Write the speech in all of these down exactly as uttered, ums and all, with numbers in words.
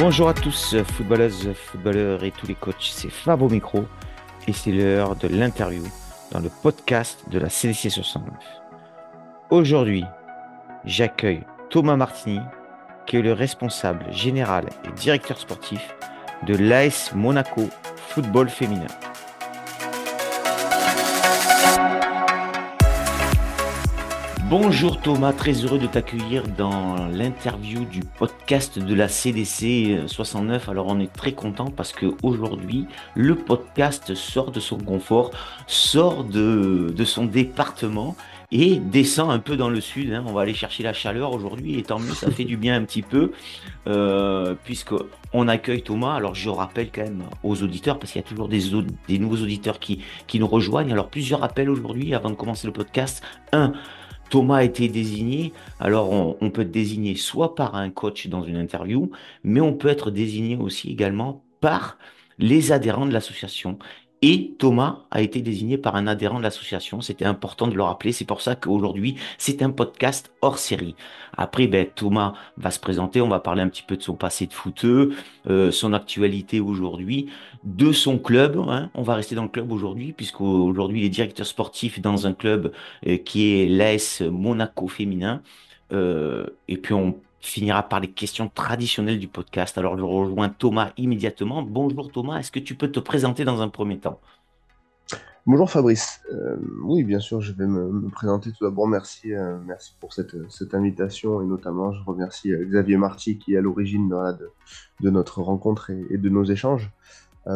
Bonjour à tous, footballeuses, footballeurs et tous les coachs, c'est Fab au micro et c'est l'heure de l'interview dans le podcast de la C D C soixante-neuf. Aujourd'hui, j'accueille Thomas Martini, qui est le responsable général et directeur sportif de l'A S Monaco Football Féminin. Bonjour Thomas, très heureux de t'accueillir dans l'interview du podcast de la C D C soixante-neuf. Alors on est très content parce qu'aujourd'hui, le podcast sort de son confort, sort de, de son département et descend un peu dans le sud. Hein. On va aller chercher la chaleur aujourd'hui et tant mieux, ça fait du bien un petit peu euh, puisqu'on accueille Thomas. Alors je rappelle quand même aux auditeurs, parce qu'il y a toujours des, des nouveaux auditeurs qui, qui nous rejoignent. Alors plusieurs rappels aujourd'hui avant de commencer le podcast. Un, Thomas a été désigné, alors on, on peut être désigné soit par un coach dans une interview, mais on peut être désigné aussi également par les adhérents de l'association. Et Thomas a été désigné par un adhérent de l'association, c'était important de le rappeler, c'est pour ça qu'aujourd'hui c'est un podcast hors série. Après, ben, Thomas va se présenter, on va parler un petit peu de son passé de footeux, euh, son actualité aujourd'hui, de son club, hein. On va rester dans le club aujourd'hui, puisqu'aujourd'hui il est directeur sportif dans un club euh, qui est l'A S Monaco féminin. Euh, et puis on finira par les questions traditionnelles du podcast. Alors je rejoins Thomas immédiatement. Bonjour Thomas, est-ce que tu peux te présenter dans un premier temps? Bonjour Fabrice. Euh, oui, bien sûr, je vais me, me présenter tout d'abord. Merci, euh, merci pour cette, cette invitation et notamment je remercie euh, Xavier Marty qui est à l'origine voilà, de, de notre rencontre et, et de nos échanges. Euh,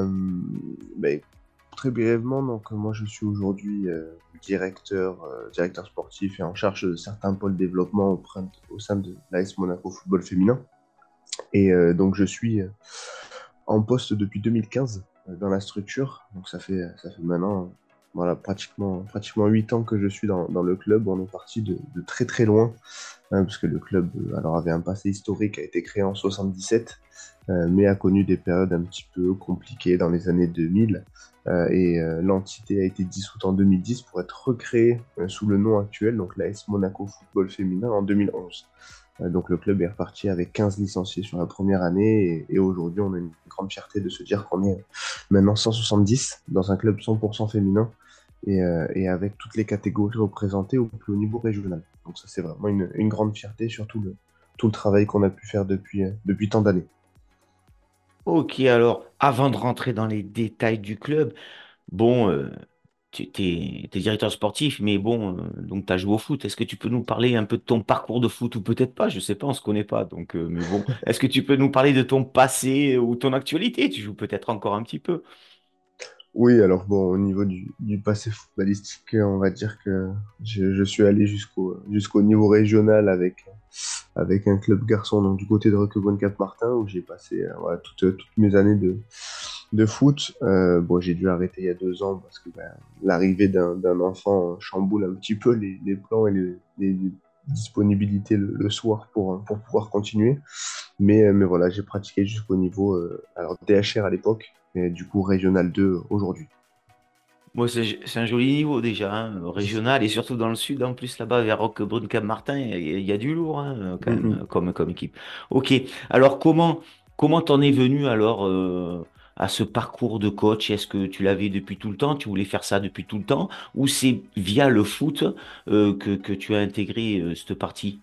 ben, très brièvement, donc moi je suis aujourd'hui euh, directeur, euh, directeur sportif et en charge de certains pôles développement au, au sein de l'A S Monaco Football Féminin. Et euh, donc je suis euh, en poste depuis deux mille quinze euh, dans la structure. Donc ça fait, ça fait maintenant euh, voilà, pratiquement, pratiquement huit ans que je suis dans, dans le club. On est parti de, de très très loin, hein, parce que le club euh, alors, avait un passé historique, a été créé en soixante-dix-sept, euh, mais a connu des périodes un petit peu compliquées dans les années deux mille. Euh, et euh, l'entité a été dissoute en deux mille dix pour être recréée euh, sous le nom actuel, donc l'A S Monaco Football Féminin en deux mille onze. Euh, donc le club est reparti avec quinze licenciés sur la première année et, et aujourd'hui on a une grande fierté de se dire qu'on est maintenant cent soixante-dix dans un club cent pour cent féminin et, euh, et avec toutes les catégories représentées au plus haut niveau régional. Donc ça c'est vraiment une, une grande fierté sur tout le, tout le travail qu'on a pu faire depuis, euh, depuis tant d'années. Ok, alors avant de rentrer dans les détails du club, bon, euh, tu es, directeur sportif, mais bon, euh, donc tu as joué au foot. Est-ce que tu peux nous parler un peu de ton parcours de foot ou peut-être pas? Je sais pas, on se connaît pas. Donc, euh, mais bon, est-ce que tu peux nous parler de ton passé ou ton actualité? Tu joues peut-être encore un petit peu. Oui, alors bon, au niveau du, du passé footballistique, on va dire que je, je suis allé jusqu'au jusqu'au niveau régional avec, avec un club garçon donc du côté de Roquebrune-Cap-Martin où j'ai passé euh, voilà, toutes, toutes mes années de, de foot. Euh, bon, j'ai dû arrêter il y a deux ans parce que ben, l'arrivée d'un d'un enfant chamboule un petit peu les, les plans et les, les disponibilités le, le soir pour, pour pouvoir continuer. Mais, mais voilà, j'ai pratiqué jusqu'au niveau euh, alors D H R à l'époque et du coup Régional deux aujourd'hui. Moi, c'est c'est un joli niveau déjà, hein, régional et surtout dans le sud. En plus, là-bas, vers Roquebrune-Cap-Martin, il y, a il y a du lourd hein, quand même Mm-mm. comme, comme équipe. Ok, alors comment comment t'en es venu alors euh, à ce parcours de coach? Est-ce que tu l'avais depuis tout le temps? Tu voulais faire ça depuis tout le temps? Ou c'est via le foot euh, que, que tu as intégré euh, cette partie?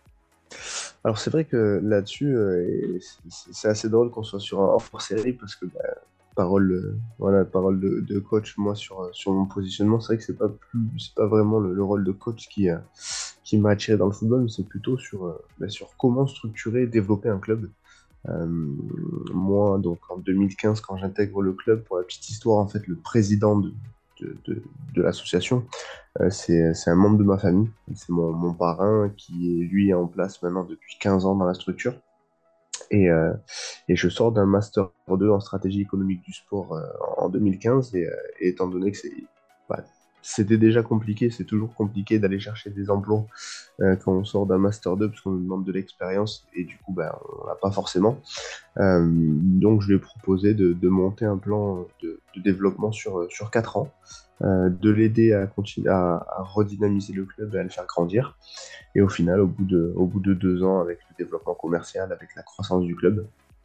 Alors c'est vrai que là-dessus, euh, et c'est c'est assez drôle qu'on soit sur un hors-série parce que bah, parole, euh, voilà, parole de, de coach, moi sur, euh, sur mon positionnement, c'est vrai que c'est pas plus, c'est pas vraiment le, le rôle de coach qui, euh, qui m'a attiré dans le football, mais c'est plutôt sur, euh, bah, sur comment structurer et développer un club. Euh, Moi, donc en deux mille quinze, quand j'intègre le club, pour la petite histoire, en fait, le président de, de, de, de l'association, euh, c'est, c'est un membre de ma famille. C'est mon, mon parrain qui est, lui, en place maintenant depuis quinze ans dans la structure. Et, euh, et je sors d'un Master deux en stratégie économique du sport euh, en deux mille quinze. Et, euh, et étant donné que c'est, bah, c'était déjà compliqué, c'est toujours compliqué d'aller chercher des emplois euh, quand on sort d'un Master deux parce qu'on nous demande de l'expérience et du coup, bah, on l'a pas forcément. Euh, donc, je lui ai proposé de, de monter un plan de, de développement sur, sur quatre ans, euh, de l'aider à, continuer, à, à redynamiser le club et à le faire grandir. Et au final, au bout de, au bout de deux ans, avec le développement commercial, avec la croissance du club,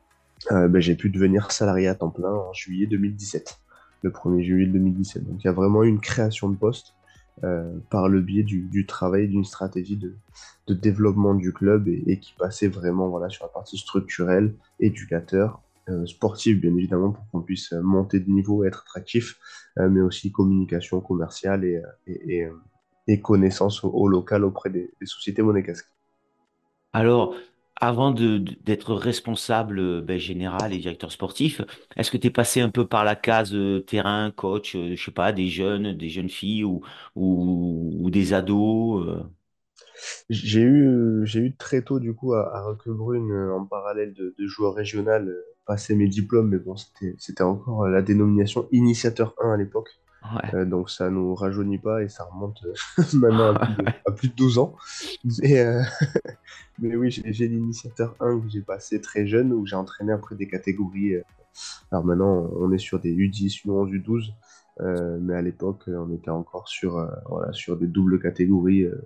euh, ben, j'ai pu devenir salarié à temps plein en juillet deux mille dix-sept, le premier juillet deux mille dix-sept. Donc il y a vraiment eu une création de poste euh, par le biais du, du travail d'une stratégie de, de développement du club et, et qui passait vraiment voilà, sur la partie structurelle, éducateur, euh, sportif bien évidemment pour qu'on puisse monter de niveau et être attractif, euh, mais aussi communication commerciale et, et, et, et connaissance au, au local auprès des, des sociétés monégasques. Alors, avant de, de- d'être responsable euh, ben, général et directeur sportif, est-ce que tu es passé un peu par la case euh, terrain, coach, euh, je sais pas, des jeunes, des jeunes filles ou, ou, ou des ados euh J'ai eu, j'ai eu très tôt, du coup, à, à Roquebrune, euh, en parallèle de, de joueur régional, euh, passer mes diplômes, mais bon, c'était, c'était encore euh, la dénomination initiateur un à l'époque. Ouais. Euh, donc ça nous rajeunit pas et ça remonte euh, maintenant à plus de, à plus de douze ans. Mais, euh, mais oui, j'ai j'ai l'initiateur un que j'ai passé très jeune, où j'ai entraîné après des catégories. euh, Alors maintenant, on est sur des U dix, U onze, U douze. Euh, mais à l'époque, euh, on était encore sur, euh, voilà, sur des doubles catégories. euh,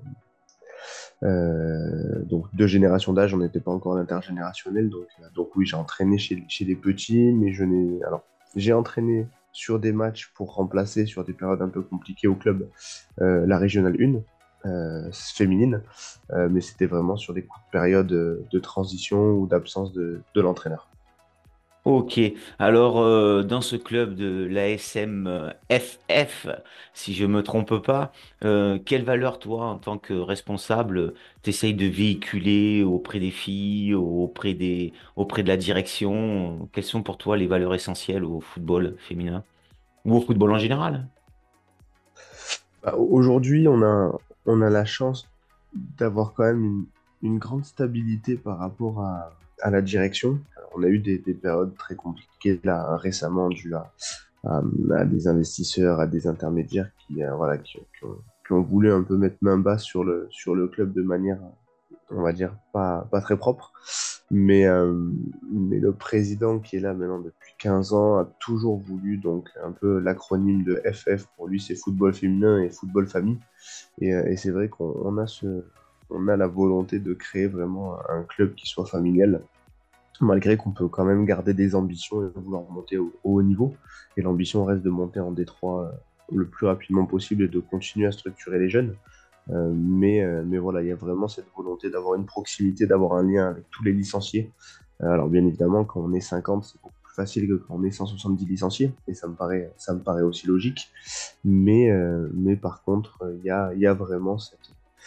euh, donc deux générations d'âge, on n'était pas encore à l'intergénérationnel. Donc, euh, donc oui, j'ai entraîné chez, chez les petits, mais je n'ai... Alors, j'ai entraîné sur des matchs pour remplacer sur des périodes un peu compliquées au club euh, la régionale un euh, féminine, euh, mais c'était vraiment sur des courtes périodes euh, de transition ou d'absence de, de l'entraîneur. Ok, alors euh, dans ce club de l'A S M F F, si je me trompe pas, euh, quelle valeur toi, en tant que responsable, t'essayes de véhiculer auprès des filles, auprès des, auprès de la direction? Quelles sont pour toi les valeurs essentielles au football féminin ou au football en général? Bah, aujourd'hui, on a, on a la chance d'avoir quand même une, une grande stabilité par rapport à, à la direction. Alors, on a eu des, des périodes très compliquées là récemment dues à, à, à des investisseurs, à des intermédiaires qui, euh, voilà, qui, qui ont, qui ont voulu un peu mettre main basse sur le, sur le club de manière, on va dire, pas, pas très propre. Mais, euh, mais le président qui est là maintenant depuis quinze ans a toujours voulu, donc un peu l'acronyme de F F, pour lui c'est football féminin et football famille. Et, euh, et c'est vrai qu'on on a, ce, on a la volonté de créer vraiment un club qui soit familial, malgré qu'on peut quand même garder des ambitions et vouloir monter au, au haut niveau. Et l'ambition reste de monter en D trois euh, le plus rapidement possible et de continuer à structurer les jeunes. Euh, mais, euh, mais voilà, il y a vraiment cette volonté d'avoir une proximité, d'avoir un lien avec tous les licenciés. Euh, alors bien évidemment, quand on est cinquante, c'est beaucoup plus facile que quand on est cent soixante-dix licenciés, et ça me paraît, ça me paraît aussi logique. Mais, euh, mais par contre, il y a, il y a vraiment cette,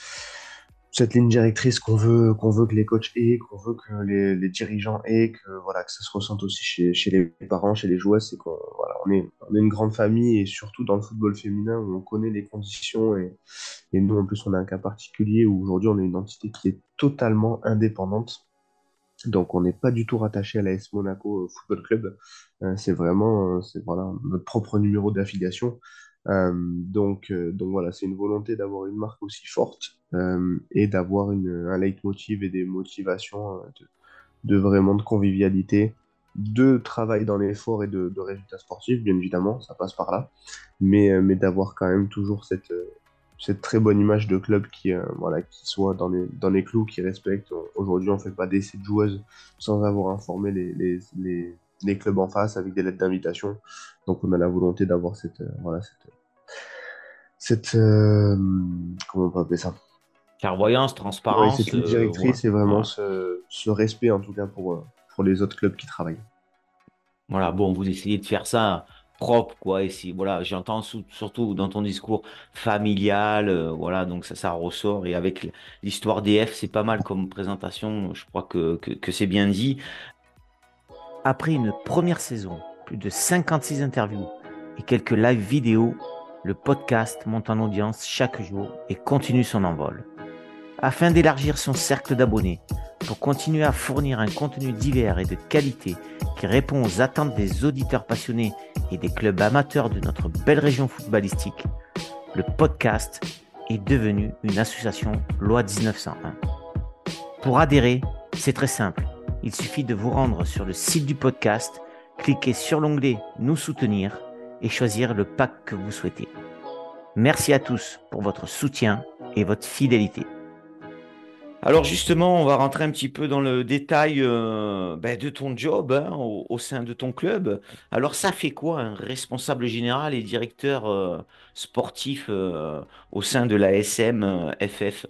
cette ligne directrice qu'on veut, qu'on veut que les coachs aient, qu'on veut que les, les dirigeants aient, que, voilà, que ça se ressente aussi chez, chez les parents, chez les joueurs, c'est qu'on voilà, on est, on est une grande famille, et surtout dans le football féminin où on connaît les conditions, et, et nous en plus on a un cas particulier où aujourd'hui on est une entité qui est totalement indépendante. Donc on n'est pas du tout rattaché à l'A S Monaco euh, Football Club. Euh, c'est vraiment euh, c'est voilà, notre propre numéro d'affiliation. Euh, donc, euh, donc voilà, c'est une volonté d'avoir une marque aussi forte euh, et d'avoir une, un leitmotiv et des motivations euh, de, de vraiment de convivialité, de travail dans l'effort et de, de résultats sportifs, bien évidemment, ça passe par là, mais, euh, mais d'avoir quand même toujours cette, euh, cette très bonne image de club qui, euh, voilà, qui soit dans les, dans les clous, qui respecte. Aujourd'hui, on ne fait pas d'essais de joueuses sans avoir informé les, les, les, les clubs en face avec des lettres d'invitation. Donc on a la volonté d'avoir cette, euh, voilà, cette, cette euh, comment on peut appeler ça? Clairvoyance, Oui, cette transparence, ligne euh, voilà. directrice et vraiment Voilà. ce, ce respect en tout cas pour, euh, pour les autres clubs qui travaillent. Voilà, bon, vous essayez de faire ça propre, quoi. Et si, voilà, j'entends sou- surtout dans ton discours familial, euh, voilà, donc ça, ça ressort. Et avec l- l'histoire des F, c'est pas mal comme présentation. Je crois que, que, que c'est bien dit. Après une première saison, plus de cinquante-six interviews et quelques live vidéo, le podcast monte en audience chaque jour et continue son envol. Afin d'élargir son cercle d'abonnés, pour continuer à fournir un contenu divers et de qualité qui répond aux attentes des auditeurs passionnés et des clubs amateurs de notre belle région footballistique, le podcast est devenu une association loi dix-neuf cent un. Pour adhérer, c'est très simple. Il suffit de vous rendre sur le site du podcast, cliquer sur l'onglet Nous soutenir et choisir le pack que vous souhaitez. Merci à tous pour votre soutien et votre fidélité. Alors justement, on va rentrer un petit peu dans le détail euh, ben, de ton job hein, au, au sein de ton club. Alors ça fait quoi un responsable général et directeur euh, sportif euh, au sein de la S M euh, F F?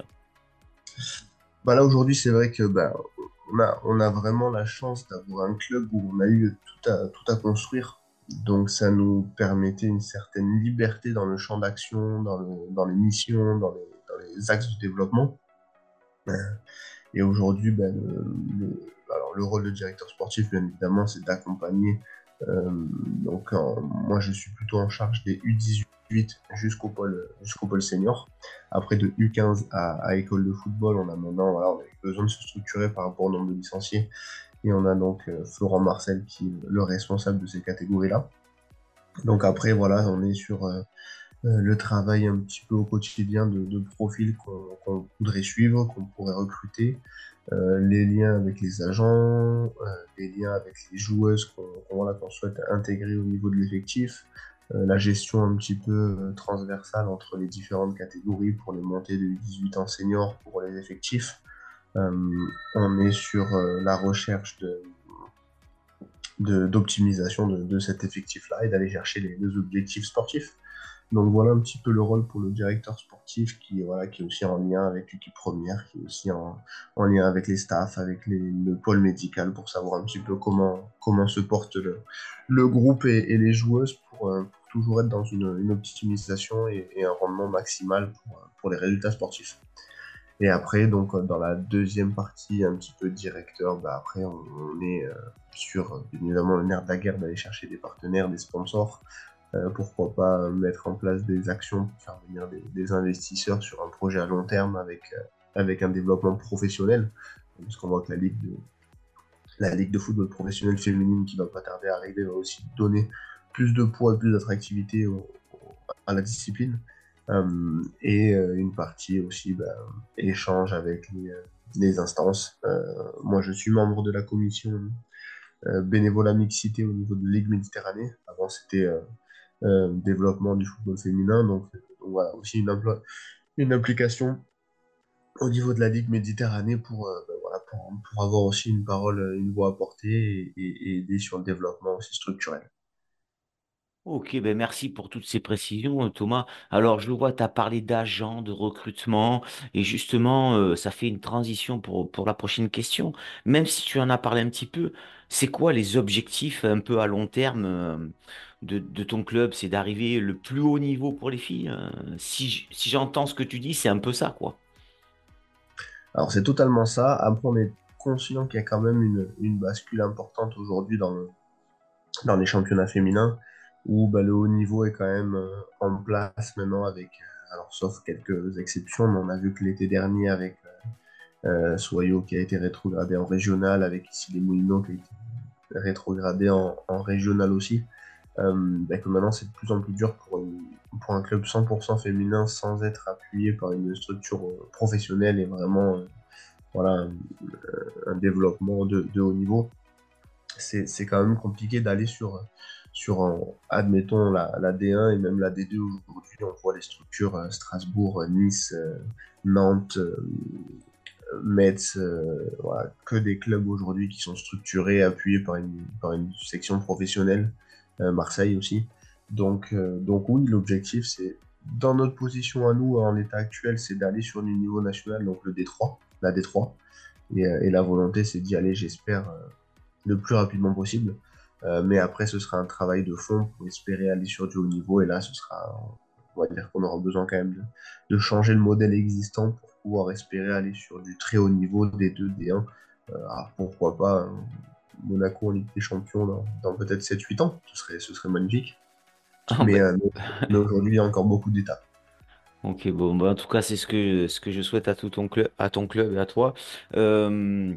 Bah là aujourd'hui, c'est vrai que bah, on a, on a vraiment la chance d'avoir un club où on a eu tout à, tout à construire. Donc ça nous permettait une certaine liberté dans le champ d'action, dans le, dans les missions, dans les, dans les axes de développement. Euh, Et aujourd'hui, ben, le, le- alors, le rôle de directeur sportif, bien évidemment, c'est d'accompagner. euh, donc, en- moi, je suis plutôt en charge des U dix-huit jusqu'au pôle, jusqu'au pôle senior. Après, de U quinze à, à école de football, on a maintenant, voilà, on a besoin de se structurer par rapport au nombre de licenciés. Et on a donc euh, Florent Marcel qui est le responsable de ces catégories-là. Donc après, voilà, on est sur euh, euh, le travail un petit peu au quotidien de, de profils qu'on qu'on voudrait suivre, qu'on pourrait recruter, euh, les liens avec les agents, euh, les liens avec les joueuses qu'on qu'on voilà, qu'on souhaite intégrer au niveau de l'effectif, euh, la gestion un petit peu euh, transversale entre les différentes catégories pour les montées de U dix-huit en senior pour les effectifs. Euh, on est sur euh, la recherche de, de- d'optimisation de, de cet effectif-là et d'aller chercher les, les objectifs sportifs. Donc voilà un petit peu le rôle pour le directeur sportif qui, voilà, qui est aussi en lien avec l'équipe première, qui est aussi en, en lien avec les staffs, avec les, le pôle médical pour savoir un petit peu comment, comment se porte le, le groupe et, et les joueuses pour, euh, pour toujours être dans une, une optimisation et, et un rendement maximal pour, pour les résultats sportifs. Et après, donc dans la deuxième partie, un petit peu directeur, bah après on, on est euh, sur bien évidemment le nerf de la guerre d'aller chercher des partenaires, des sponsors, euh, pourquoi pas mettre en place des actions pour faire venir des, des investisseurs sur un projet à long terme avec, euh, avec un développement professionnel. Parce qu'on voit que la Ligue de, la Ligue de football professionnel féminine qui va pas tarder à arriver va aussi donner plus de poids et plus d'attractivité au- au- à la discipline. Euh, et euh, une partie aussi bah, échange avec les, euh, les instances. Euh, moi, je suis membre de la commission euh, bénévolat mixité au niveau de Ligue Méditerranée. Avant, c'était euh, euh, développement du football féminin. Donc, euh, donc voilà, aussi une, impl- une implication au niveau de la Ligue Méditerranée pour, euh, ben voilà, pour, pour avoir aussi une parole, euh, une voix à porter et, et- et aider sur le développement aussi structurel. Ok, ben merci pour toutes ces précisions, euh, Thomas. Alors, je le vois, tu as parlé d'agents, de recrutement, et justement, euh, ça fait une transition pour, pour la prochaine question. Même si tu en as parlé un petit peu, c'est quoi les objectifs un peu à long terme euh, de, de ton club? C'est d'arriver le plus haut niveau pour les filles? euh, Si, j- si j'entends ce que tu dis, c'est un peu ça, quoi. Alors c'est totalement ça. Après, on est conscient qu'il y a quand même une, une bascule importante aujourd'hui dans, le- dans les championnats féminins où bah, le haut niveau est quand même euh, en place maintenant avec, euh, alors sauf quelques exceptions, mais on a vu que l'été dernier avec euh, Soyo qui a été rétrogradé en régional, avec ici les Moulineaux qui a été rétrogradé en, en régional aussi, euh, bah, que maintenant c'est de plus en plus dur pour, une- pour un club cent pour cent féminin sans être appuyé par une structure euh, professionnelle et vraiment euh, voilà, un, un développement de, de haut niveau. C'est, c'est quand même compliqué d'aller sur, sur un- admettons, la, la D un et même la D deux aujourd'hui. On voit les structures euh, Strasbourg, Nice, euh, Nantes, euh, Metz, euh, voilà, que des clubs aujourd'hui qui sont structurés, appuyés par une, par une section professionnelle, euh, Marseille aussi. Donc, euh, donc oui, l'objectif, c'est, dans notre position à nous, en état actuel, c'est d'aller sur le niveau national, donc le D trois, la D trois. Et, euh, et la volonté, c'est d'y aller, j'espère, euh, le plus rapidement possible. Euh, mais après, ce sera un travail de fond pour espérer aller sur du haut niveau. Et là, ce sera, on va dire qu'on aura besoin quand même de, de changer le modèle existant pour pouvoir espérer aller sur du très haut niveau, D deux, D un. Euh, alors pourquoi pas hein, Monaco en Ligue des Champions dans, dans peut-être sept huit ans. Ce serait, ce serait magnifique. Ah, Mais, ben, euh, mais, mais aujourd'hui, il y a encore beaucoup d'étapes. ok, bon, ben, en tout cas, c'est ce que, ce que je souhaite à tout ton club, à ton club et à toi. Euh,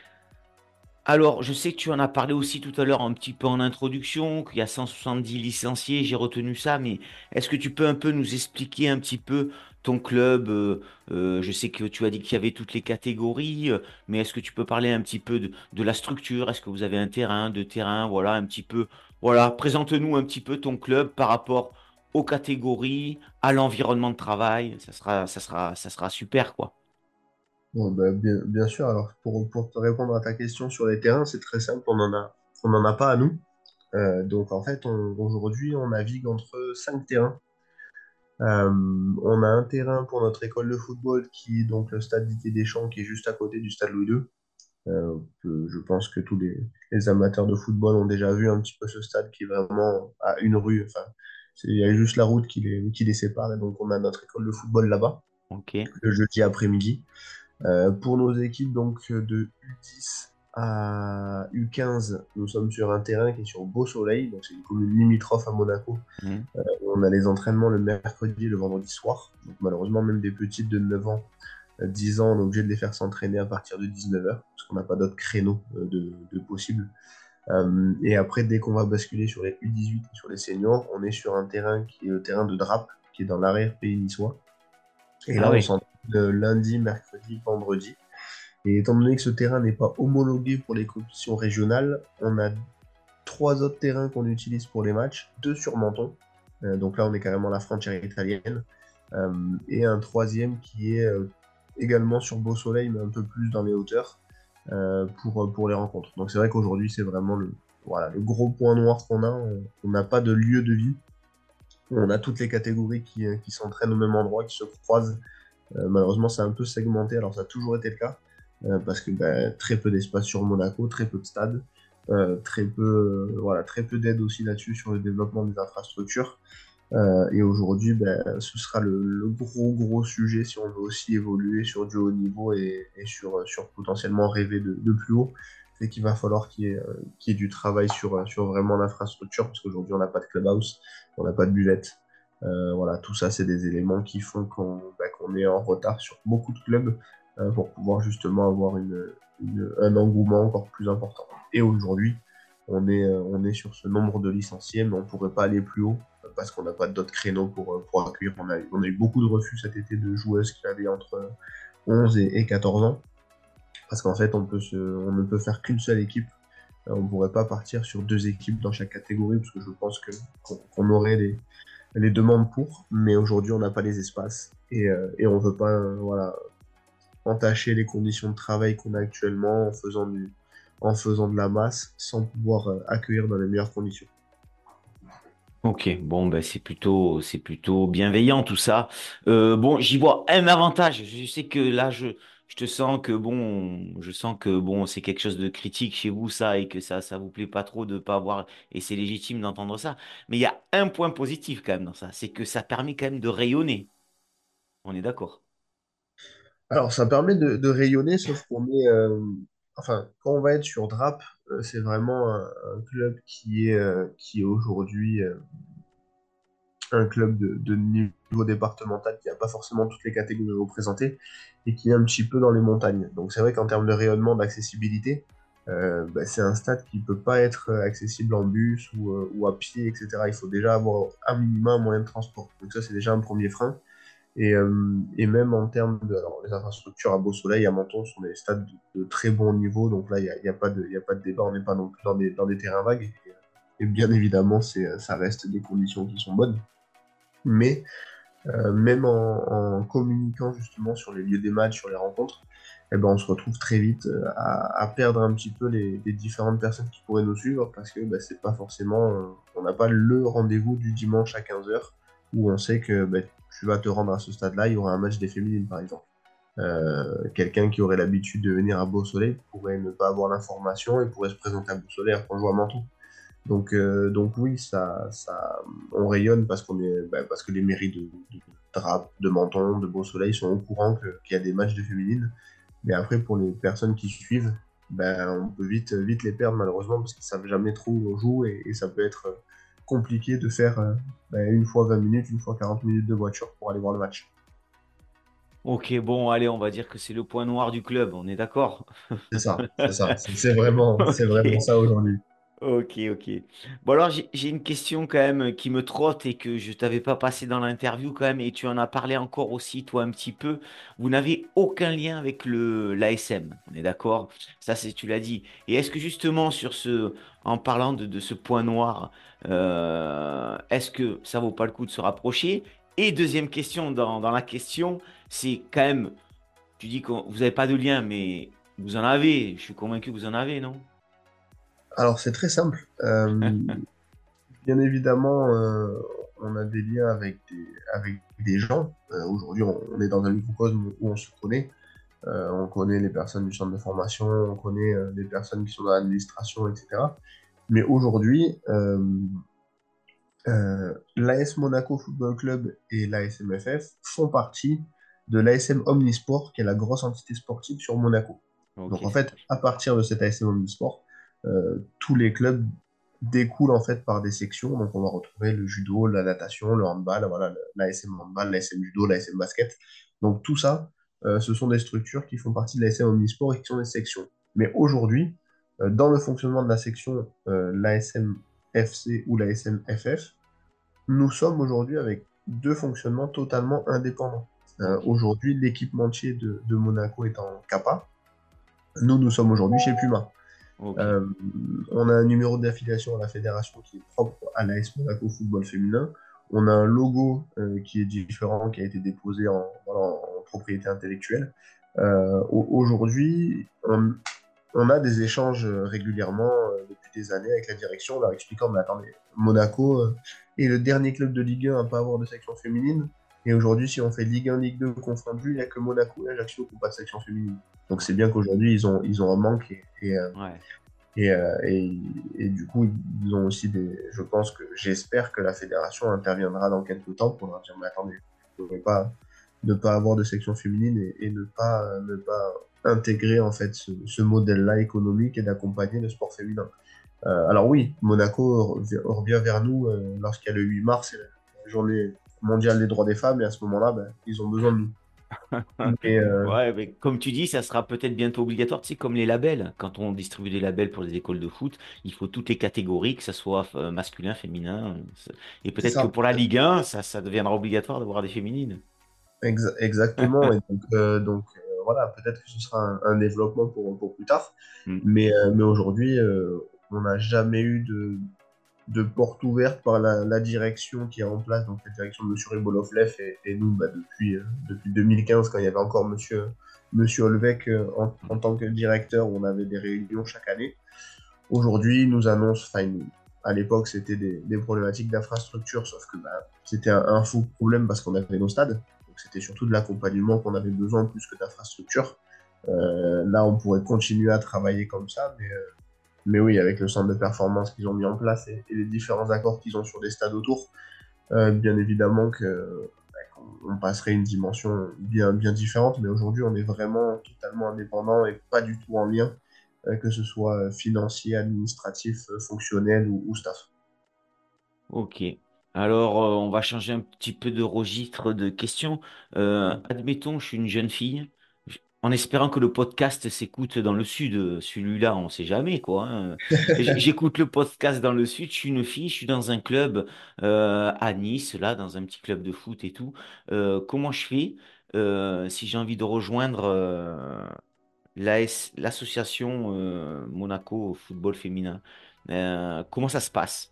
Alors, je sais que tu en as parlé aussi tout à l'heure un petit peu en introduction, qu'il y a cent soixante-dix licenciés, j'ai retenu ça, mais est-ce que tu peux un peu nous expliquer un petit peu ton club? euh, euh, Je sais que tu as dit qu'il y avait toutes les catégories, euh, mais est-ce que tu peux parler un petit peu de, de la structure? Est-ce que vous avez un terrain, deux terrains? Voilà, un petit peu. Voilà, présente-nous un petit peu ton club par rapport aux catégories, à l'environnement de travail. Ça sera, ça sera, ça sera super, quoi. Bon, bah, bien, bien sûr, alors pour, pour te répondre à ta question sur les terrains, c'est très simple, on en a, on n'en a pas à nous. Euh, donc en fait, on- aujourd'hui, on navigue entre cinq terrains. Euh, on a un terrain pour notre école de football qui est donc le stade Didier Deschamps, qui est juste à côté du stade Louis deux. Euh, que je pense que tous les, les amateurs de football ont déjà vu un petit peu ce stade qui est vraiment à une rue. Enfin, c'est- il y a juste la route qui les, qui les sépare. Et donc, on a notre école de football là-bas, Ok, le jeudi après-midi. Euh, pour nos équipes donc de U dix à U quinze, nous sommes sur un terrain qui est sur Beau Soleil, donc c'est une commune limitrophe à Monaco. mhm, Euh, on a les entraînements le mercredi et le vendredi soir. Donc malheureusement, même des petites de neuf ans, euh, dix ans, on est obligé de les faire s'entraîner à partir de dix-neuf heures, parce qu'on n'a pas d'autres créneaux euh, de, de possibles. Euh, et après, dès qu'on va basculer sur les U dix-huit et sur les seniors, on est sur un terrain qui est le terrain de Drape, qui est dans l'arrière-pays niçois. Et ah là, on ouais, s'entraîne euh, lundi, mercredi, vendredi. Et étant donné que ce terrain n'est pas homologué pour les compétitions régionales, on a trois autres terrains qu'on utilise pour les matchs, deux sur Menton, euh, donc là on est carrément à la frontière italienne, euh, et un troisième qui est euh, également sur Beau Soleil, mais un peu plus dans les hauteurs, euh, pour, pour les rencontres. Donc c'est vrai qu'aujourd'hui c'est vraiment le, voilà, le gros point noir qu'on a, on n'a pas de lieu de vie, on a toutes les catégories qui, qui s'entraînent au même endroit, qui se croisent. Euh, malheureusement, c'est un peu segmenté, alors ça a toujours été le cas, euh, parce que bah, très peu d'espace sur Monaco, très peu de stades, euh, très peu, euh, voilà, très peu d'aide aussi là-dessus sur le développement des infrastructures. Euh, et aujourd'hui, bah, ce sera le, le gros gros sujet si on veut aussi évoluer sur du haut niveau et, et sur, sur potentiellement rêver de, de plus haut. C'est qu'il va falloir qu'il y ait, euh, qu'il y ait du travail sur, sur vraiment l'infrastructure, parce qu'aujourd'hui, on n'a pas de clubhouse, on n'a pas de buvette. Euh, voilà, tout ça, c'est des éléments qui font qu'on bah, qu'on est en retard sur beaucoup de clubs euh, pour pouvoir justement avoir une, une- un engouement encore plus important. Et aujourd'hui, on est, euh, on est sur ce nombre de licenciés, mais on ne pourrait pas aller plus haut euh, parce qu'on n'a pas d'autres créneaux pour, euh, pour accueillir. On a, on a eu beaucoup de refus cet été de joueuses qui avaient entre onze et, et quatorze ans, parce qu'en fait, on, peut se, on ne peut faire qu'une seule équipe. Euh, On ne pourrait pas partir sur deux équipes dans chaque catégorie, parce que je pense que qu'on qu'on aurait les, les demandes pour, mais aujourd'hui on n'a pas les espaces et, euh, et on veut pas euh, voilà, entacher les conditions de travail qu'on a actuellement en faisant, du, en faisant de la masse sans pouvoir euh, accueillir dans les meilleures conditions. ok, bon ben c'est plutôt c'est plutôt bienveillant tout ça. Euh, bon, j'y vois un avantage. Je sais que là je je te sens que bon, je sens que bon c'est quelque chose de critique chez vous ça et que ça ça vous plaît pas trop de pas avoir et c'est légitime d'entendre ça. Mais il y a un point positif quand même dans ça, c'est que ça permet quand même de rayonner. On est d'accord. Alors ça permet de, de rayonner, sauf qu'on est, euh, enfin, quand on va être sur Drap, euh, c'est vraiment un, un club qui est, euh, qui est aujourd'hui euh, un club de, de niveau départemental qui n'a pas forcément toutes les catégories représentées et qui est un petit peu dans les montagnes. Donc c'est vrai qu'en termes de rayonnement, d'accessibilité, euh, bah, c'est un stade qui ne peut pas être accessible en bus ou, euh, ou à pied, et cetera. Il faut déjà avoir un minimum un moyen de transport. Donc ça, c'est déjà un premier frein. Et, euh, et même en termes de... Alors, les infrastructures à Beau Soleil, à Menton, sont des stades de, de très bon niveau. Donc là, il n'y a, y a, pas de- y a pas de débat. On n'est pas non plus dans des, dans des terrains vagues. Et, et bien évidemment, c'est, ça reste des conditions qui sont bonnes. Mais euh, même en, en communiquant justement sur les lieux des matchs, sur les rencontres, eh ben, on se retrouve très vite euh, à, à perdre un petit peu les, les différentes personnes qui pourraient nous suivre parce que bah, c'est pas forcément, euh, on n'a pas le rendez-vous du dimanche à quinze heures où on sait que bah, tu vas te rendre à ce stade-là, il y aura un match des féminines par exemple. Euh, quelqu'un qui aurait l'habitude de venir à Beau Soleil pourrait ne pas avoir l'information et pourrait se présenter à Beau Soleil pour jouer à Menton. Donc, euh, donc oui, ça, ça, on rayonne parce qu'on est, bah, parce que les mairies de, de Drape, de Menton, de Beau Soleil sont au courant que- qu'il y a des matchs de féminines. Mais après, pour les personnes qui suivent, ben, on peut vite, vite les perdre malheureusement parce qu'ils savent jamais trop où on joue et, et ça peut être euh, compliqué de faire euh, ben, une fois vingt minutes, une fois quarante minutes de voiture pour aller voir le match. Ok, bon, allez, on va dire que c'est le point noir du club. On est d'accord. C'est ça, c'est ça. C'est c'est vraiment, c'est vraiment Ok. ça aujourd'hui. Ok, ok. Bon alors j'ai j'ai une question quand même qui me trotte et que je t'avais pas passé dans l'interview quand même et tu en as parlé encore aussi toi un petit peu. Vous n'avez aucun lien avec le l'A S M, on est d'accord? Ça c'est tu l'as dit. Et est-ce que justement sur ce, en parlant de, de ce point noir, euh, est-ce que ça vaut pas le coup de se rapprocher? Et deuxième question dans, dans la question, c'est quand même Tu dis que vous n'avez pas de lien, mais vous en avez. Je suis convaincu que vous en avez, non? Alors, c'est très simple. Euh, bien évidemment, euh, on a des liens avec des, avec des gens. Euh, aujourd'hui, on, on est dans un microcosme où on se connaît. Euh, on connaît les personnes du centre de formation, on connaît euh, les personnes qui sont dans l'administration, et cetera. Mais aujourd'hui, euh, euh, l'A S Monaco Football Club et l'A S M F F font partie de l'A S M Omnisport, qui est la grosse entité sportive sur Monaco. Ok, Donc en fait, à partir de cet A S M Omnisport, euh, tous les clubs découlent en fait par des sections. Donc on va retrouver le judo, la natation, le handball, voilà, l'A S M handball, l'A S M judo, l'A S M basket. Donc tout ça, euh, ce sont des structures qui font partie de l'A S M Omnisport et qui sont des sections. Mais aujourd'hui, euh, dans le fonctionnement de la section euh, l'A S M F C ou l'A S M F F, nous sommes aujourd'hui avec deux fonctionnements totalement indépendants. Euh, ok, aujourd'hui, l'équipementier de, de Monaco est en Kappa. Nous, nous sommes aujourd'hui chez Puma. ok, Euh, on a un numéro d'affiliation à la fédération qui est propre à l'A S Monaco Football Féminin. On a un logo euh, qui est différent, qui a été déposé en, voilà, en propriété intellectuelle. Euh, aujourd'hui, on, on a des échanges euh, régulièrement euh, depuis des années avec la direction, leur expliquant, mais attendez, Monaco euh, est le dernier club de Ligue un à ne pas avoir de section féminine. Et aujourd'hui, si on fait Ligue un, Ligue deux confondus, il n'y a que Monaco et Ajaccio qui n'ont pas de section féminine. Donc c'est bien qu'aujourd'hui, ils ont, ils ont un manque et, et, euh, ouais. et, euh, et, et du coup, ils ont aussi des. Je pense que j'espère que la fédération interviendra dans quelques temps pour leur dire, mais attendez, vous ne pouvez pas ne pas avoir de section féminine et, et ne pas ne pas intégrer en fait ce, ce modèle-là économique et d'accompagner le sport féminin. Euh, alors oui, Monaco revient, revient vers nous euh, lorsqu'il y a le huit mars, c'est la journée mondiale des droits des femmes, et à ce moment-là, ben, ils ont besoin de nous. Mais, euh, Ouais, mais comme tu dis, ça sera peut-être bientôt obligatoire. Tu sais, comme les labels. Quand on distribue des labels pour les écoles de foot, il faut toutes les catégories, que ce soit euh, masculin, féminin. Et c'est peut-être que ça. pour la Ligue un, ça, ça deviendra obligatoire d'avoir des féminines. Ex- exactement. Et donc, euh, donc euh, voilà, peut-être que ce sera un, un développement pour, pour plus tard. Hmm. Mais, euh, mais aujourd'hui, euh, on n'a jamais eu de, de porte ouverte par la, la direction qui est en place, donc la direction de M. Ribolovlev et, et nous, bah, depuis, euh, depuis deux mille quinze, quand il y avait encore M. Monsieur Olvec euh, en, en tant que directeur, où on avait des réunions chaque année. Aujourd'hui, il nous annonce, enfin, il- à l'époque, c'était des, des problématiques d'infrastructure, sauf que bah, c'était un, un faux problème parce qu'on avait nos stades. Donc c'était surtout de l'accompagnement qu'on avait besoin plus que d'infrastructure. Euh, là, on pourrait continuer à travailler comme ça, mais, euh, mais oui, avec le centre de performance qu'ils ont mis en place et, et les différents accords qu'ils ont sur des stades autour, euh, bien évidemment que bah, qu'on- on passerait une dimension bien, bien différente, mais aujourd'hui, on est vraiment totalement indépendant et pas du tout en lien, euh, que ce soit euh, financier, administratif, euh, fonctionnel ou, ou staff. Ok. Alors, euh, on va changer un petit peu de registre de questions. Euh, admettons, je suis une jeune fille, j- en espérant que le podcast s'écoute dans le sud. euh, Celui-là, on ne sait jamais, quoi. Hein. J- J'écoute le podcast dans le sud. Je suis une fille, je suis dans un club euh, à Nice, là, dans un petit club de foot et tout. Euh, comment je fais euh, si j'ai envie de rejoindre euh, l'A S l'association euh, Monaco Football Féminin? Euh, comment ça se passe?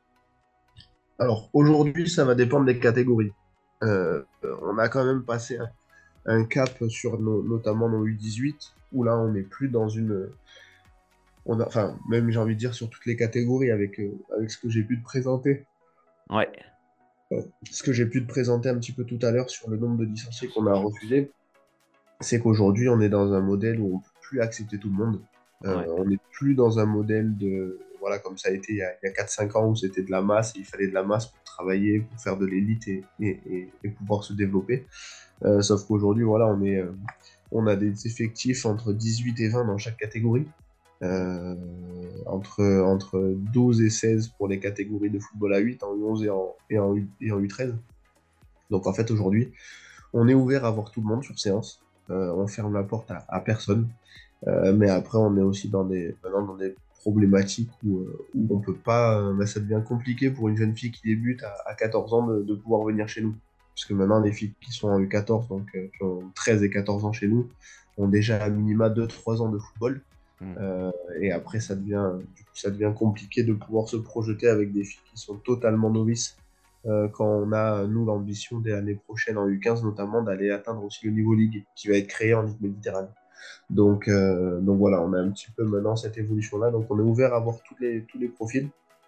Alors aujourd'hui, ça va dépendre des catégories. Euh, on a quand même passé un, un cap sur nos- notamment nos U dix-huit, où là, on n'est plus dans une. On a, enfin, même j'ai envie de dire sur toutes les catégories avec, euh, avec ce que j'ai pu te présenter. Ouais. Ce que j'ai pu te présenter un petit peu tout à l'heure sur le nombre de licenciés qu'on a refusés, c'est qu'aujourd'hui, on est dans un modèle où on ne peut plus accepter tout le monde. Euh, Ouais. on n'est plus dans un modèle de, voilà, comme ça a été il y a, il y a quatre cinq ans où c'était de la masse et il fallait de la masse pour travailler, pour faire de l'élite et, et, et, et pouvoir se développer. Euh, sauf qu'aujourd'hui, voilà, on est, euh, on a des effectifs entre dix-huit et vingt dans chaque catégorie. Euh, entre, entre douze et seize pour les catégories de football à huit, en U onze et en, et en, U- et en U treize. Donc en fait, aujourd'hui, on est ouvert à voir tout le monde sur séance. Euh, on ferme la porte à, à personne. Euh, mais après, on est aussi dans des, maintenant dans des problématiques où, euh, où on peut pas. Euh, bah, ça devient compliqué pour une jeune fille qui débute à, à quatorze ans de, de pouvoir venir chez nous. Parce que maintenant, les filles qui sont en U quatorze, donc euh, qui ont treize et quatorze ans chez nous, ont déjà à minima deux trois ans de football. Hmm. Euh, et après, ça devient, du coup, ça devient compliqué de pouvoir se projeter avec des filles qui sont totalement novices euh, quand on a, nous, l'ambition dès l'année prochaine en U quinze, notamment, d'aller atteindre aussi le niveau Ligue qui va être créé en Ligue Méditerranée. Donc, euh, donc voilà, on a un petit peu maintenant cette évolution-là. Donc on est ouvert à voir tous les, tous les profils,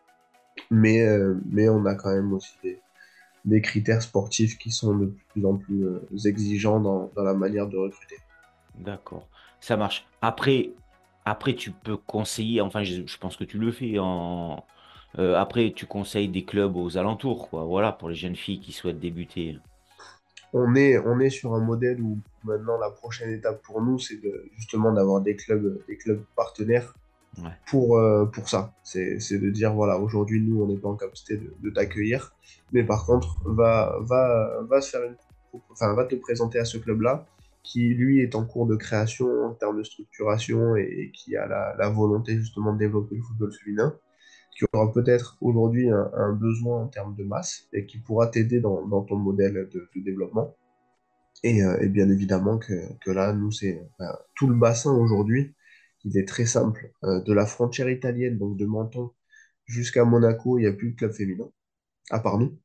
mais, euh, mais on a quand même aussi des, des critères sportifs qui sont de plus en plus euh, exigeants dans, dans la manière de recruter. D'accord, ça marche. Après, après tu peux conseiller, enfin, je, je pense que tu le fais en. Euh, après, tu conseilles des clubs aux alentours, quoi. Voilà, pour les jeunes filles qui souhaitent débuter. On est, on est sur un modèle où maintenant la prochaine étape pour nous, c'est de, justement d'avoir des clubs, des clubs partenaires Ouais, pour, euh, pour ça. C'est, c'est de dire, voilà, aujourd'hui, nous, on n'est pas en capacité de, de t'accueillir, mais par contre, va, va, va, se faire une, enfin, va te présenter à ce club-là, qui, lui, est en cours de création en termes de structuration et, et qui a la, la volonté, justement, de développer le football féminin, qui aura peut-être aujourd'hui un, un besoin en termes de masse et qui pourra t'aider dans, dans ton modèle de, de développement. Et, euh, et bien évidemment que, que là, nous, c'est ben, tout le bassin aujourd'hui, il est très simple. Euh, de la frontière italienne, donc de Menton jusqu'à Monaco, il n'y a plus de club féminin, à part nous.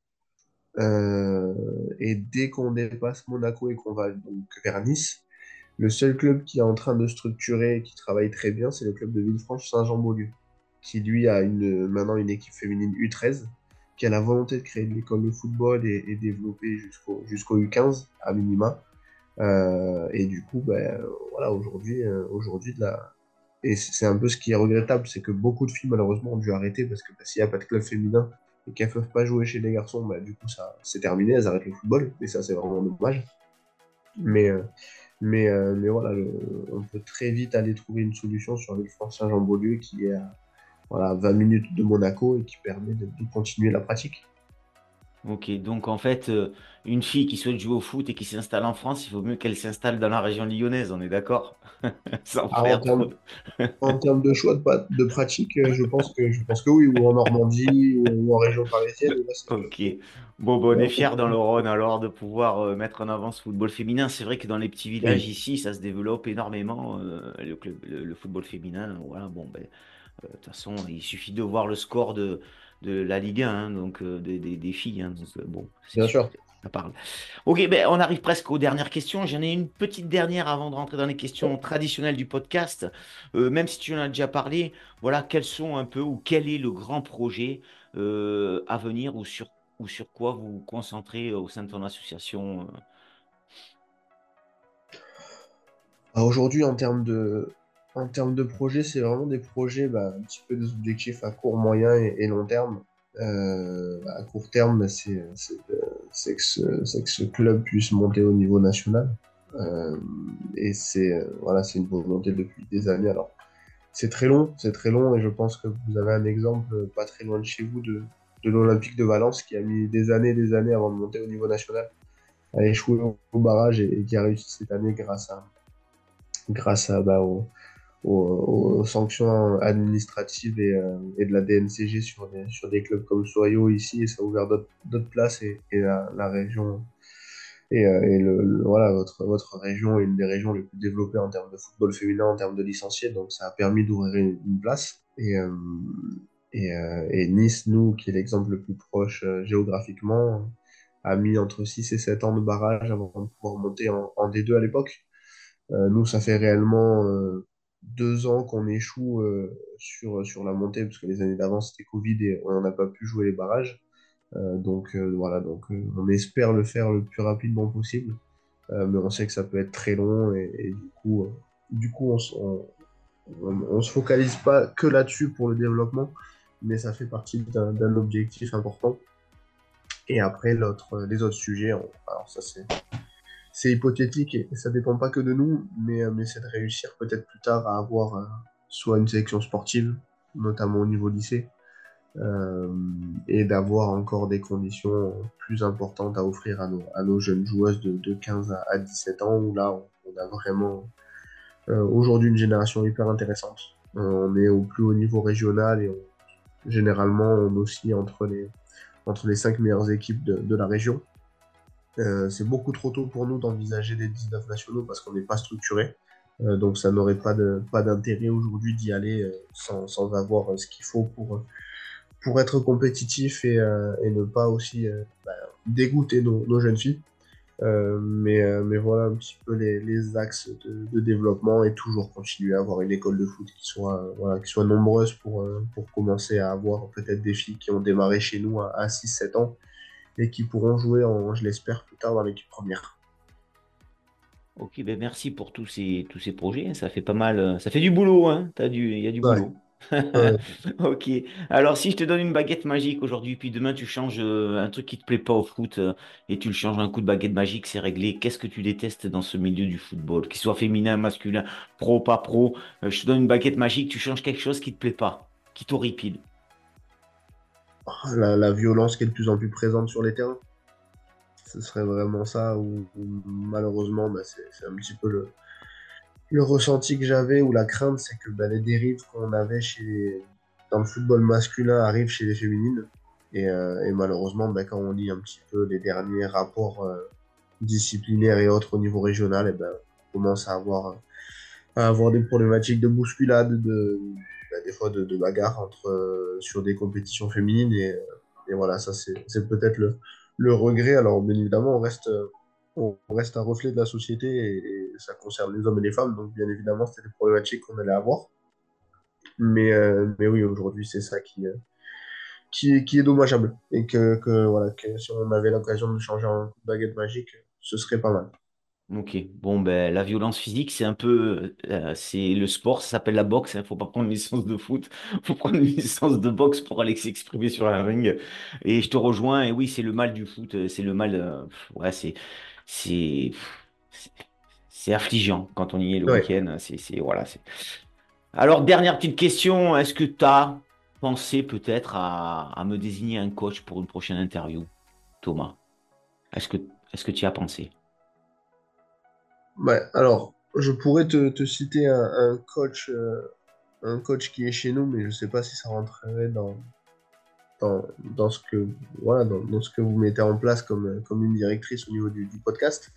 Euh, et dès qu'on dépasse Monaco et qu'on va donc vers Nice, le seul club qui est en train de structurer et qui travaille très bien, c'est le club de Villefranche-Saint-Jean-Beaulieu, qui lui a une, maintenant une équipe féminine U treize, qui a la volonté de créer une école de football et, et développer jusqu'au jusqu'au U quinze à minima. Euh, et du coup, ben, voilà, aujourd'hui, euh, aujourd'hui de la... et c'est un peu ce qui est regrettable, c'est que beaucoup de filles malheureusement ont dû arrêter parce que ben, s'il n'y a pas de club féminin et qu'elles ne peuvent pas jouer chez les garçons, ben, du coup ça c'est terminé, elles arrêtent le football et ça c'est vraiment dommage. Mais, euh, mais, euh, mais voilà, le- on peut très vite aller trouver une solution sur Villefranche-Saint-Jean-Beaulieu qui est à voilà, vingt minutes de Monaco et qui permet de, de continuer la pratique. ok. Donc, en fait, euh, une fille qui souhaite jouer au foot et qui s'installe en France, il faut mieux qu'elle s'installe dans la région lyonnaise, on est d'accord? Sans Ah, en faire trop. termes En termes de choix de, pa- de pratique, euh, je pense que, je pense que oui, ou en Normandie, ou, ou en région parisienne, là, c'est top. Ok. Bon, bon, on est Ouais, fiers dans le complètement. Rhône alors de pouvoir euh, mettre en avant ce football féminin. C'est vrai que dans les petits villages Oui, ici, ça se développe énormément, euh, le club, le, le football féminin. Voilà, bon, ben, euh, de toute façon, il suffit de voir le score de, de la Ligue un, hein, donc euh, des, des- des filles. Hein, donc, euh, bon, c'est bien sûr, sûr. ça parle. Ok, ben, on arrive presque aux dernières questions. J'en ai une petite dernière avant de rentrer dans les questions traditionnelles du podcast. Euh, même si tu en as déjà parlé, voilà, quels sont un peu ou quel est le grand projet euh, à venir ou sur, ou sur quoi vous vous concentrez au sein de ton association? euh Ah, aujourd'hui, en termes de, en termes de projets, c'est vraiment des projets, bah, un petit peu des objectifs à court, moyen et, et long terme. Euh, à court terme, bah, c'est c'est de- c'est que ce, c'est que ce club puisse monter au niveau national. Euh, et c'est euh, voilà, c'est une volonté depuis des années. Alors, c'est très long, c'est très long, et je pense que vous avez un exemple euh, pas très loin de chez vous de, de l'Olympique de Valence qui a mis des années et des années avant de monter au niveau national, a échoué au, au barrage et, et qui a réussi cette année grâce à, grâce à, bah, au- au- aux, sanctions administratives et, euh, et de la D N C G sur des, sur des clubs comme Soyo ici, et ça a ouvert d'autres d'autres places et, et la, la région. Et, euh, et le, le- voilà, votre, votre région est une des régions les plus développées en termes de football féminin, en termes de licenciés, donc ça a permis d'ouvrir une, une place. Et, euh, et, euh, et Nice, nous, qui est l'exemple le plus proche euh, géographiquement, a mis entre six et sept ans de barrage avant de pouvoir monter en, en D deux à l'époque. Euh, nous, ça fait réellement euh, deux ans qu'on échoue euh, sur, sur la montée, parce que les années d'avant, c'était Covid et on n'a pas pu jouer les barrages. Euh, donc euh, voilà, donc euh, on espère le faire le plus rapidement possible. Euh, mais on sait que ça peut être très long et, et du coup, euh, du coup on, s- on, on- on se focalise pas que là-dessus pour le développement, mais ça fait partie d'un d'un objectif important. Et après, l'autre, euh, les autres sujets, on- alors ça c'est c'est hypothétique et ça dépend pas que de nous, mais, euh, mais c'est de réussir peut-être plus tard à avoir euh, soit une sélection sportive, notamment au niveau lycée, euh, et d'avoir encore des conditions plus importantes à offrir à nos, à nos jeunes joueuses de, de quinze à, à dix-sept ans, où là, on, on a vraiment euh, aujourd'hui une génération hyper intéressante. Euh, on est au plus haut niveau régional et on- généralement, on oscille entre les, entre les cinq meilleures équipes de, de la région. Euh, c'est beaucoup trop tôt pour nous d'envisager des dix-neuf nationaux parce qu'on n'est pas structuré. Euh, donc ça n'aurait pas de, pas d'intérêt aujourd'hui d'y aller euh, sans, sans avoir euh, ce qu'il faut pour, pour être compétitif et, euh, et ne pas aussi euh, bah, dégoûter nos, nos jeunes filles. Euh, mais, euh, mais voilà un petit peu les, les axes de, de développement et toujours continuer à avoir une école de foot qui soit, euh, voilà, qui soit nombreuse pour, euh, pour commencer à avoir peut-être des filles qui ont démarré chez nous à, à six sept ans et qui pourront jouer, en, je l'espère, plus tard dans l'équipe première. Ok, ben merci pour tous ces, tous ces projets, hein. Ça fait pas mal, euh, ça fait du boulot, hein. T'as du, il y a du Ouais, boulot. ouais. Ok. Alors, si je te donne une baguette magique aujourd'hui, puis demain tu changes euh, un truc qui te plaît pas au foot euh, et tu le changes un coup de baguette magique, c'est réglé. Qu'est-ce que tu détestes dans ce milieu du football, qu'il soit féminin, masculin, pro, pas pro? Euh, je te donne une baguette magique, tu changes quelque chose qui te plaît pas, qui t'horripile. La, la violence qui est de plus en plus présente sur les terrains, ce serait vraiment ça, ou malheureusement, bah, c'est c'est un petit peu le, le ressenti que j'avais, ou la crainte, c'est que bah, les dérives qu'on avait chez les- dans le football masculin arrivent chez les féminines. Et, euh, et malheureusement, bah, quand on lit un petit peu les derniers rapports euh, disciplinaires et autres au niveau régional, et ben, on commence à avoir, à avoir des problématiques de bousculade, de, bah, des fois de, de bagarre entre, euh, sur des compétitions féminines. Et, et voilà, ça, c'est c'est peut-être le, le regret. Alors, bien évidemment, on reste, on reste un reflet de la société et, et ça concerne les hommes et les femmes. Donc, bien évidemment, c'était des problématiques qu'on allait avoir. Mais, euh, mais oui, aujourd'hui, c'est ça qui, euh, qui est, qui est dommageable. Et que, que, voilà, que si on avait l'occasion de changer un coup de baguette magique, ce serait pas mal. Ok, bon ben la violence physique c'est un peu euh, c'est le sport, ça s'appelle la boxe, il faut pas prendre une licence de foot, faut prendre une licence de boxe pour aller s'exprimer sur un ring. Et je te rejoins, et oui c'est le mal du foot, euh, c'est le mal, euh, pff, ouais c'est c'est c'est c'est affligeant quand on y est le Ouais. week-end, c'est c'est voilà c'est. Alors dernière petite question, est-ce que tu as pensé peut-être à, à me désigner un coach pour une prochaine interview, Thomas? Est-ce que est-ce que tu y as pensé? Ouais, alors, je pourrais te, te citer un, un coach, euh, un coach qui est chez nous, mais je sais pas si ça rentrerait dans, dans, dans ce que, voilà, dans, dans ce que vous mettez en place comme, comme une directrice au niveau du, du podcast.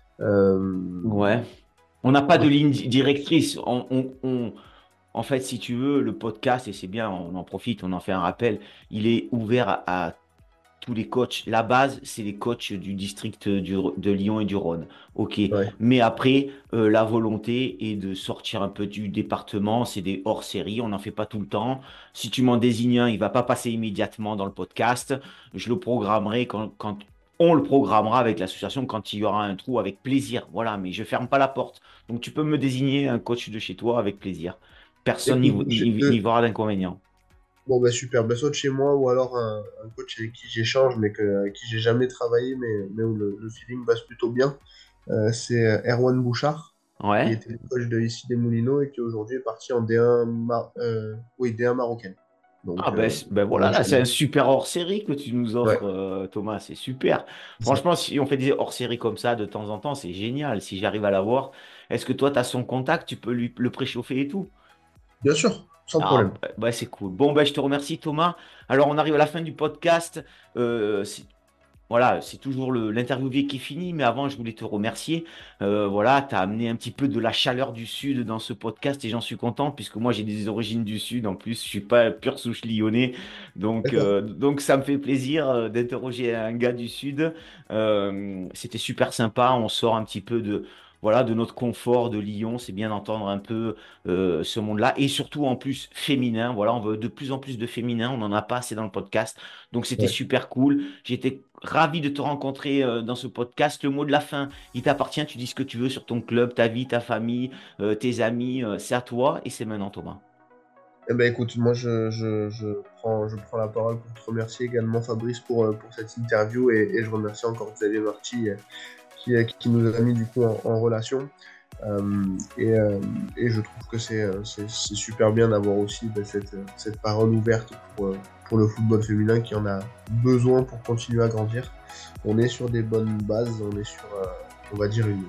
Euh, Ouais. On n'a pas de je- ligne di- directrice. On, on- on- en fait, si tu veux, le podcast, et c'est bien, on en profite, on en fait un rappel, il est ouvert à, à tous les coachs. La base, c'est les coachs du district du- de Lyon et du Rhône. OK. ouais, Mais après, euh, la volonté est de sortir un peu du département. C'est des hors-séries. On n'en fait pas tout le temps. Si tu m'en désignes un, il va pas passer immédiatement dans le podcast. Je le programmerai quand, quand on le programmera avec l'association quand il y aura un trou avec plaisir. Voilà, mais je ferme pas la porte. Donc tu peux me désigner un coach de chez toi avec plaisir. Personne n'y écoute, vo- je- n'y- euh, n'y verra d'inconvénient. bon, bah super, bah, soit de chez moi ou alors un, un coach avec qui j'échange, mais que, avec qui j'ai jamais travaillé, mais, mais où le, le feeling passe plutôt bien. Euh, c'est euh, Erwan Bouchard, qui Ouais. était le coach de ici des Moulineaux et qui aujourd'hui est parti en D un, ma- euh, oui, D un marocain. Ah Donc, ben, euh, c- ben pour voilà, là, c'est un enchaîner. super hors-série que tu nous Ouais, offres, euh, Thomas, c'est super. c'est ça. Franchement, si on fait des hors-séries comme ça de temps en temps, c'est génial. Si j'arrive à l'avoir, est-ce que toi, tu as son contact, tu peux lui le préchauffer et tout? Bien sûr, sans Ah, problème. bah, bah, c'est cool. Bon, ben, je te remercie, Thomas. Alors, on arrive à la fin du podcast. Euh, c'est- voilà, c'est toujours le- l'interviewé qui finit, mais avant, je voulais te remercier. Euh, voilà, tu as amené un petit peu de la chaleur du Sud dans ce podcast et j'en suis content puisque moi, j'ai des origines du Sud. En plus, je suis pas pure souche lyonnais. Donc, D'accord. euh, donc ça me fait plaisir euh, d'interroger un gars du Sud. Euh, c'était super sympa. On sort un petit peu de, voilà, de notre confort de Lyon. C'est bien d'entendre un peu euh, ce monde-là. Et surtout, en plus, féminin. Voilà, on veut de plus en plus de féminin. On n'en a pas assez dans le podcast. Donc, c'était Ouais. super cool. J'étais ravi de te rencontrer euh, dans ce podcast. Le mot de la fin, il t'appartient. Tu dis ce que tu veux sur ton club, ta vie, ta famille, euh, tes amis. Euh, c'est à toi et c'est maintenant, Thomas. Eh ben, écoute, moi, je, je, je prends, je prends la parole pour te remercier également, Fabrice, pour, euh, pour cette interview et, et je remercie encore Xavier Marty euh, qui, euh, qui nous a mis du coup en, en relation. Euh, et, euh, et je trouve que c'est euh, c'est- c'est super bien d'avoir aussi ben, cette, euh, cette parole ouverte pour, euh, pour le football féminin qui en a besoin pour continuer à grandir. On est sur des bonnes bases, on est sur, euh, on va dire, une,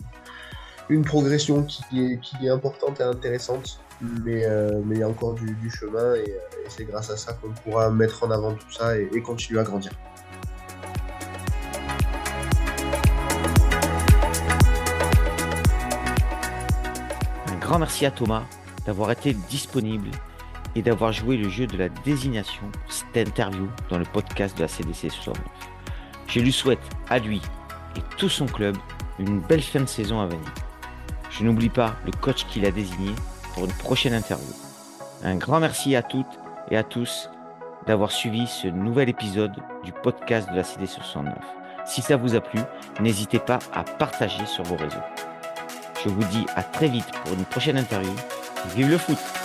une progression qui est, qui est importante et intéressante, mais euh, mais il y a encore du, du chemin et, euh, et c'est grâce à ça qu'on pourra mettre en avant tout ça et, et continuer à grandir. Un grand merci à Thomas d'avoir été disponible et d'avoir joué le jeu de la désignation pour cette interview dans le podcast de la C D C soixante-neuf. Je lui souhaite à lui et tout son club une belle fin de saison à venir. Je n'oublie pas le coach qu'il a désigné pour une prochaine interview. Un grand merci à toutes et à tous d'avoir suivi ce nouvel épisode du podcast de la C D C soixante-neuf. Si ça vous a plu, n'hésitez pas à partager sur vos réseaux. Je vous dis à très vite pour une prochaine interview. Vive le foot!